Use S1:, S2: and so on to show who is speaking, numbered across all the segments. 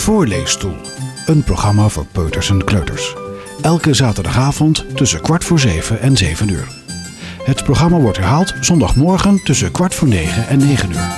S1: Voorleesstoel, een programma voor peuters en kleuters. Elke zaterdagavond tussen 6:45 en 7 uur. Het programma wordt herhaald zondagmorgen tussen 8:45 en 9 uur.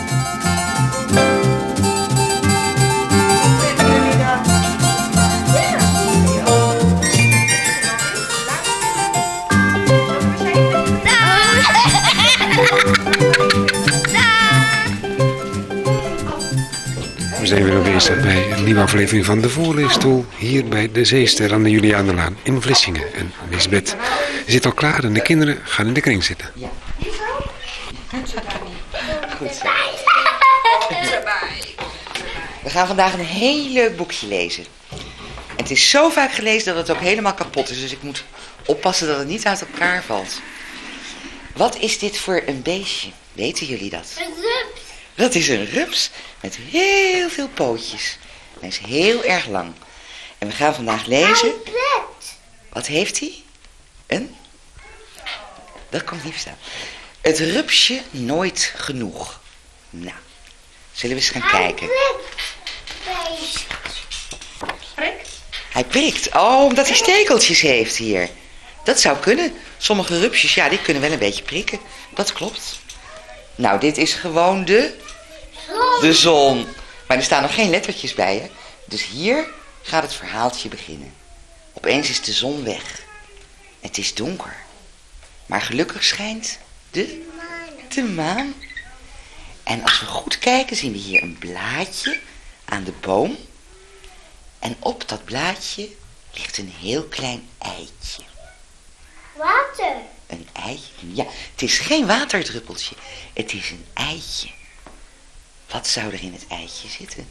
S2: We zijn weer aanwezig bij een nieuwe aflevering van de Voorleesstoel hier bij de Zeester aan de Julianenlaan in Vlissingen. En Lisbeth zit al klaar en de kinderen gaan in de kring zitten.
S3: Ja. Goed zo. We gaan vandaag een heel leuk boekje lezen. En het is zo vaak gelezen dat het ook helemaal kapot is. Dus ik moet oppassen dat het niet uit elkaar valt. Wat is dit voor een beestje? Weten jullie dat?
S4: Een rups.
S3: Dat is een rups met heel veel pootjes. Hij is heel erg lang. En we gaan vandaag lezen. Wat heeft hij? Een? Dat komt niet verstaan. Het rupsje nooit genoeg. Nou, zullen we eens gaan kijken. Hij prikt. Oh, omdat hij stekeltjes heeft hier. Dat zou kunnen. Sommige rupsjes, ja, die kunnen wel een beetje prikken. Dat klopt. Nou, dit is gewoon de zon. Maar er staan nog geen lettertjes bij, hè. Dus hier gaat het verhaaltje beginnen. Opeens is de zon weg. Het is donker. Maar gelukkig schijnt de maan. En als we goed kijken zien we hier een blaadje aan de boom. En op dat blaadje ligt een heel klein eitje.
S4: Water.
S3: Een eitje? Ja, het is geen waterdruppeltje. Het is een eitje. Wat zou er in het eitje zitten?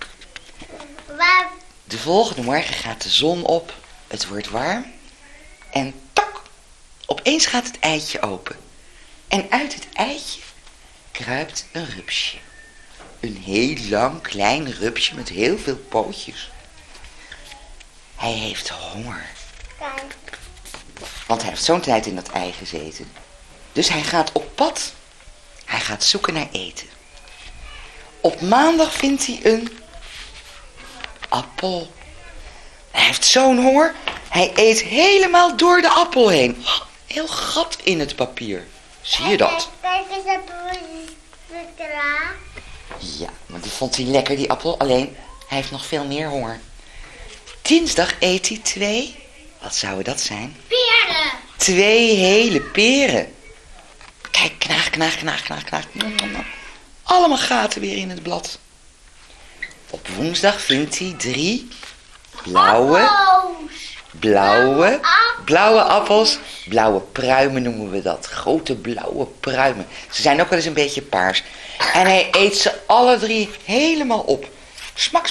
S3: De volgende morgen gaat de zon op. Het wordt warm. En tak! Opeens gaat het eitje open. En uit het eitje kruipt een rupsje. Een heel lang klein rupsje met heel veel pootjes. Hij heeft honger. Want hij heeft zo'n tijd in dat ei gezeten. Dus hij gaat op pad. Hij gaat zoeken naar eten. Op maandag vindt hij een appel. Hij heeft zo'n honger. Hij eet helemaal door de appel heen. Heel gat in het papier. Zie je dat?
S4: Kijk eens, hebben we klaar.
S3: Ja, maar die vond hij lekker, die appel. Alleen, hij heeft nog veel meer honger. Dinsdag eet hij 2. Wat zouden dat zijn?
S4: Peren.
S3: 2 hele peren. Kijk, knaag. Allemaal gaten weer in het blad. Op woensdag vindt hij 3 blauwe appels. Blauwe pruimen noemen we dat. Grote blauwe pruimen. Ze zijn ook wel eens een beetje paars. En hij eet ze alle 3 helemaal op. Smak.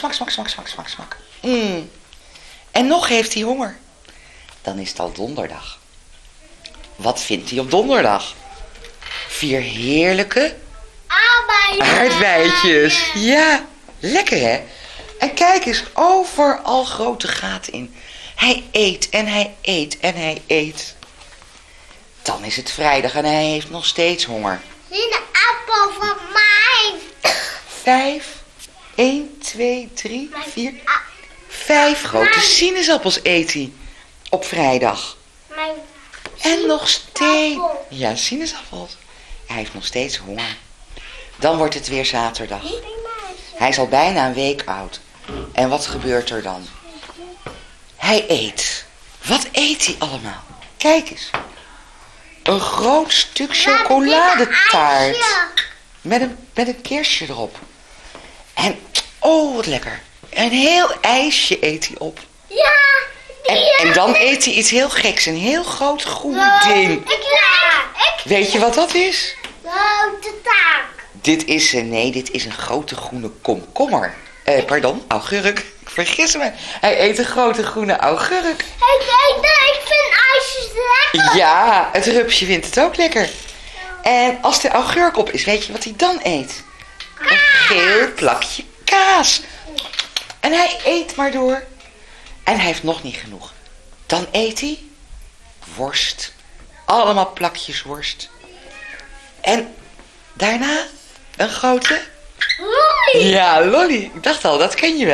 S3: En nog heeft hij honger. Dan is het al donderdag. Wat vindt hij op donderdag? 4 heerlijke aardbeidjes. Ja, lekker hè? En kijk eens, overal grote gaten in. Hij eet en hij eet en hij eet. Dan is het vrijdag en hij heeft nog steeds honger.
S4: Zie de appel van mij.
S3: 5, 1, 2, 3, 4, 5 grote sinaasappels eet hij op vrijdag. En nog steeds. Ja, sinaasappels. Hij heeft nog steeds honger. Dan wordt het weer zaterdag. Hij is al bijna een week oud. En wat gebeurt er dan? Hij eet. Wat eet hij allemaal? Kijk eens. Een groot stuk chocoladetaart. Met een kersje erop. En, oh wat lekker. Een heel ijsje eet hij op.
S4: Ja.
S3: En dan eet hij iets heel geks. Een heel groot groen ding. Weet je wat dat is?
S4: De taak.
S3: Dit is een grote groene komkommer. Augurk. Ik vergis me. Hij eet een grote groene augurk.
S4: Ik vind ijsjes lekker.
S3: Ja, het rupsje vindt het ook lekker. En als de augurk op is, weet je wat hij dan eet? Een geel plakje kaas. En hij eet maar door. En hij heeft nog niet genoeg. Dan eet hij worst. Allemaal plakjes worst. En daarna een grote...
S4: Lolly.
S3: Ja, lolly. Ik dacht al, dat ken je wel.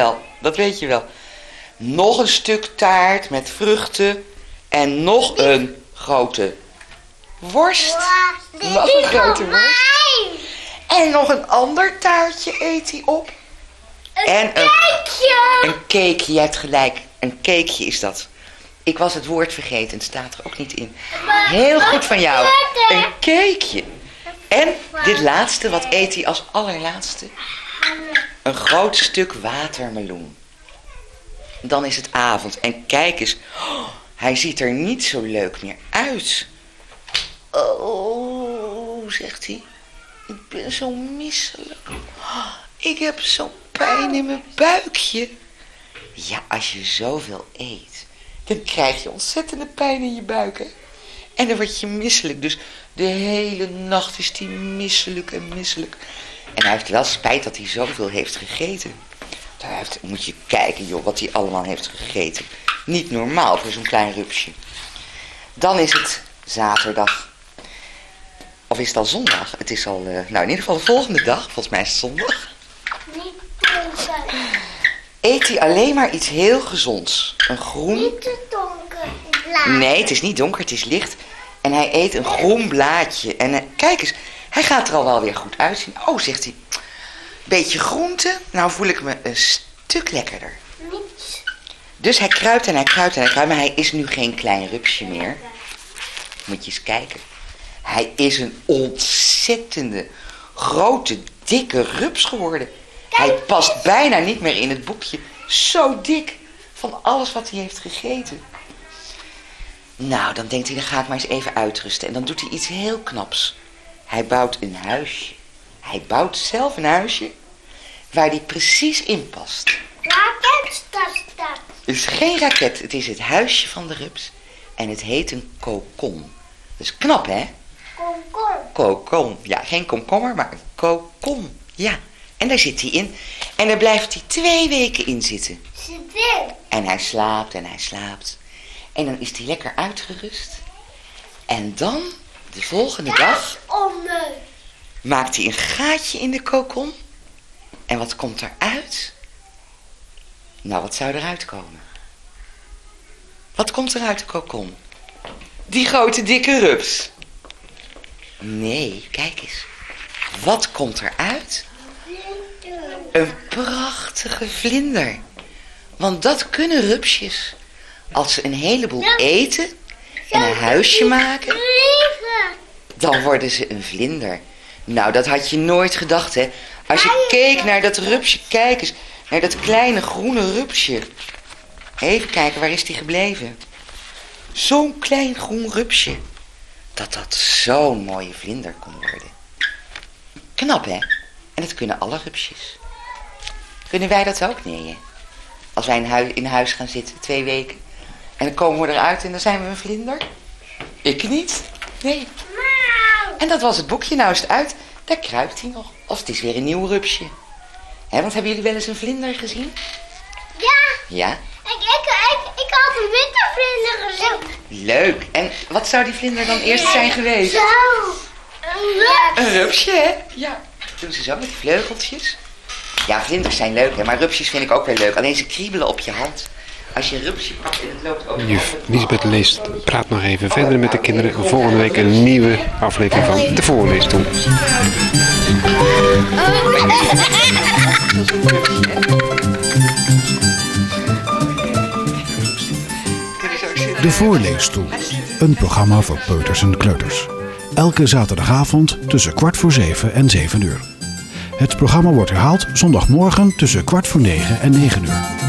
S3: dat weet je wel. Nog een stuk taart met vruchten. En nog een grote worst. Nog een grote worst. En nog een ander taartje eet hij op. En een cakeje, je hebt gelijk. Een cakeje is dat. Ik was het woord vergeten, het staat er ook niet in. Heel goed van jou. Een cakeje. En dit laatste, wat eet hij als allerlaatste? Een groot stuk watermeloen. Dan is het avond. En kijk eens, hij ziet er niet zo leuk meer uit. Oh, zegt hij. Ik ben zo misselijk. Ik heb zo'n pijn in mijn buikje. Ja, als je zoveel eet, dan krijg je ontzettende pijn in je buik, hè? En dan word je misselijk. Dus de hele nacht is hij misselijk en misselijk. En hij heeft wel spijt dat hij zoveel heeft gegeten. Moet je kijken, joh, wat hij allemaal heeft gegeten. Niet normaal voor zo'n klein rupsje. Dan is het zaterdag. Of is het al zondag? Het is al, in ieder geval de volgende dag. Volgens mij is het zondag.
S4: Niet donker.
S3: Eet hij alleen maar iets heel gezonds. Een groen...
S4: Niet te donker. Blaadje.
S3: Nee, het is niet donker, het is licht. En hij eet een groen blaadje. En kijk eens, hij gaat er al wel weer goed uitzien. Oh, zegt hij. Beetje groente. Nou voel ik me een stuk lekkerder.
S4: Niets.
S3: Dus hij kruipt en hij kruipt en hij kruipt. Maar hij is nu geen klein rupsje meer. Moet je eens kijken. Hij is een ontzettende, grote, dikke rups geworden. Hij past bijna niet meer in het boekje. Zo dik van alles wat hij heeft gegeten. Nou, dan denkt hij, dan ga ik maar eens even uitrusten. En dan doet hij iets heel knaps. Hij bouwt een huisje. Hij bouwt zelf een huisje waar hij precies in past.
S4: Raket, dat.
S3: Het is geen raket, het is het huisje van de rups. En het heet een kokon. Dat is knap, hè? Kokon. Ja, geen komkommer, maar een kokon. Ja, en daar zit hij in. En daar blijft hij 2 weken in zitten. En hij slaapt en hij slaapt. En dan is hij lekker uitgerust. En dan, de volgende dag, maakt hij een gaatje in de kokon. En wat komt eruit? Nou, wat zou eruit komen? Wat komt er uit de kokon? Die grote dikke rups. Nee, kijk eens. Wat komt eruit? Een prachtige vlinder. Want dat kunnen rupsjes. Als ze een heleboel eten en een huisje maken, dan worden ze een vlinder. Nou, dat had je nooit gedacht, hè. Als je keek naar dat rupsje, kijk eens. Naar dat kleine groene rupsje. Even kijken, waar is die gebleven? Zo'n klein groen rupsje. Dat zo'n mooie vlinder kon worden. Knap, hè? En dat kunnen alle rupsjes. Kunnen wij dat ook? Nee, hè? Als wij in huis gaan zitten, 2 weken. En dan komen we eruit en dan zijn we een vlinder. Ik niet. Nee. En dat was het boekje. Nou is het uit. Daar kruipt hij nog. Of het is weer een nieuw rupsje. Hè, want hebben jullie wel eens een vlinder gezien?
S4: Ja.
S3: Ja?
S4: Ik had een witte vlinder gezien.
S3: Leuk. En wat zou die vlinder dan eerst zijn geweest?
S4: Zo.
S3: Een rupsje, hè? Ja. Doen ze zo met die vleugeltjes. Ja, vlinders zijn leuk, hè? Maar rupsjes vind ik ook weer leuk. Alleen ze kriebelen op je hand. Als je een rupsje pakt en het loopt over...
S2: Juf Liesbeth leest, praat nog even verder met de kinderen. Volgende week een nieuwe aflevering van de voorleesstoel.
S1: De Voorleesstoel, een programma voor peuters en kleuters. Elke zaterdagavond tussen 6:45 en 7 uur. Het programma wordt herhaald zondagmorgen tussen 8:45 en 9 uur.